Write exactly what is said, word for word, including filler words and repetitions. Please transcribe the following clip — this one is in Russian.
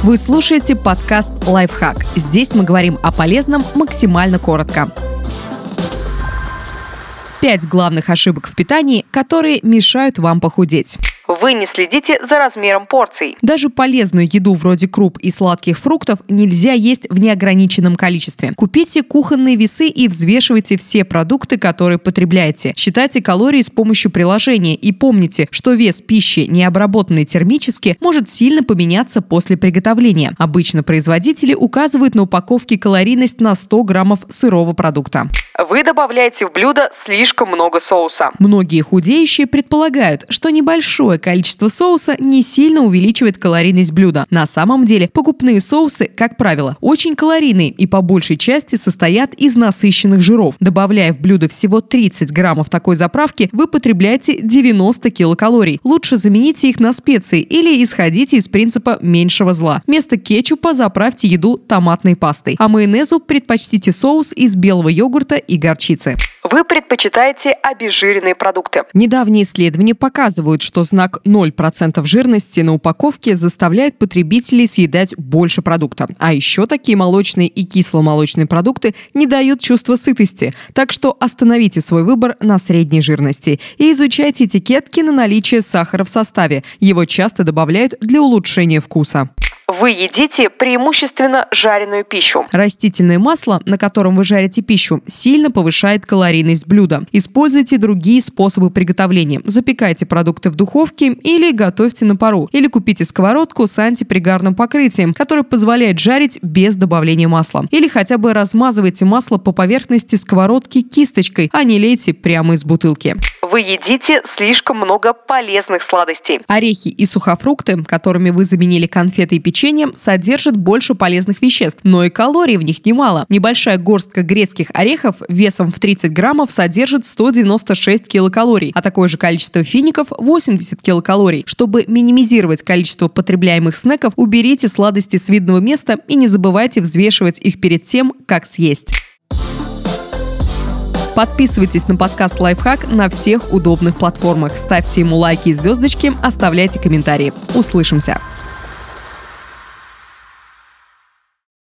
Вы слушаете подкаст «Лайфхак». Здесь мы говорим о полезном максимально коротко. Пять главных ошибок в питании, которые мешают вам похудеть. Вы не следите за размером порций. Даже полезную еду вроде круп и сладких фруктов нельзя есть в неограниченном количестве. Купите кухонные весы и взвешивайте все продукты, которые потребляете. Считайте калории с помощью приложения и помните, что вес пищи, не обработанной термически, может сильно поменяться после приготовления. Обычно производители указывают на упаковке калорийность на сто граммов сырого продукта. Вы добавляете в блюдо слишком много соуса. Многие худеющие предполагают, что небольшое количество соуса не сильно увеличивает калорийность блюда. На самом деле, покупные соусы, как правило, очень калорийные и по большей части состоят из насыщенных жиров. Добавляя в блюдо всего тридцать граммов такой заправки, вы потребляете девяносто килокалорий. Лучше замените их на специи или исходите из принципа меньшего зла. Вместо кетчупа заправьте еду томатной пастой, а майонезу предпочтите соус из белого йогурта и горчицы. Вы предпочитаете обезжиренные продукты. Недавние исследования показывают, что знак ноль процентов жирности на упаковке заставляет потребителей съедать больше продукта. А еще такие молочные и кисломолочные продукты не дают чувства сытости. Так что остановите свой выбор на средней жирности и изучайте этикетки на наличие сахара в составе. Его часто добавляют для улучшения вкуса. Вы едите преимущественно жареную пищу. Растительное масло, на котором вы жарите пищу, сильно повышает калорийность блюда. Используйте другие способы приготовления. Запекайте продукты в духовке или готовьте на пару. Или купите сковородку с антипригарным покрытием, которое позволяет жарить без добавления масла. Или хотя бы размазывайте масло по поверхности сковородки кисточкой, а не лейте прямо из бутылки. Вы едите слишком много полезных сладостей. Орехи и сухофрукты, которыми вы заменили конфеты и печенье, содержат больше полезных веществ, но и калорий в них немало. Небольшая горстка грецких орехов весом в тридцать граммов содержит сто девяносто шесть килокалорий, а такое же количество фиников – восемьдесят килокалорий. Чтобы минимизировать количество потребляемых снеков, уберите сладости с видного места и не забывайте взвешивать их перед тем, как съесть. Подписывайтесь на подкаст «Лайфхак» на всех удобных платформах. Ставьте ему лайки и звездочки, оставляйте комментарии. Услышимся!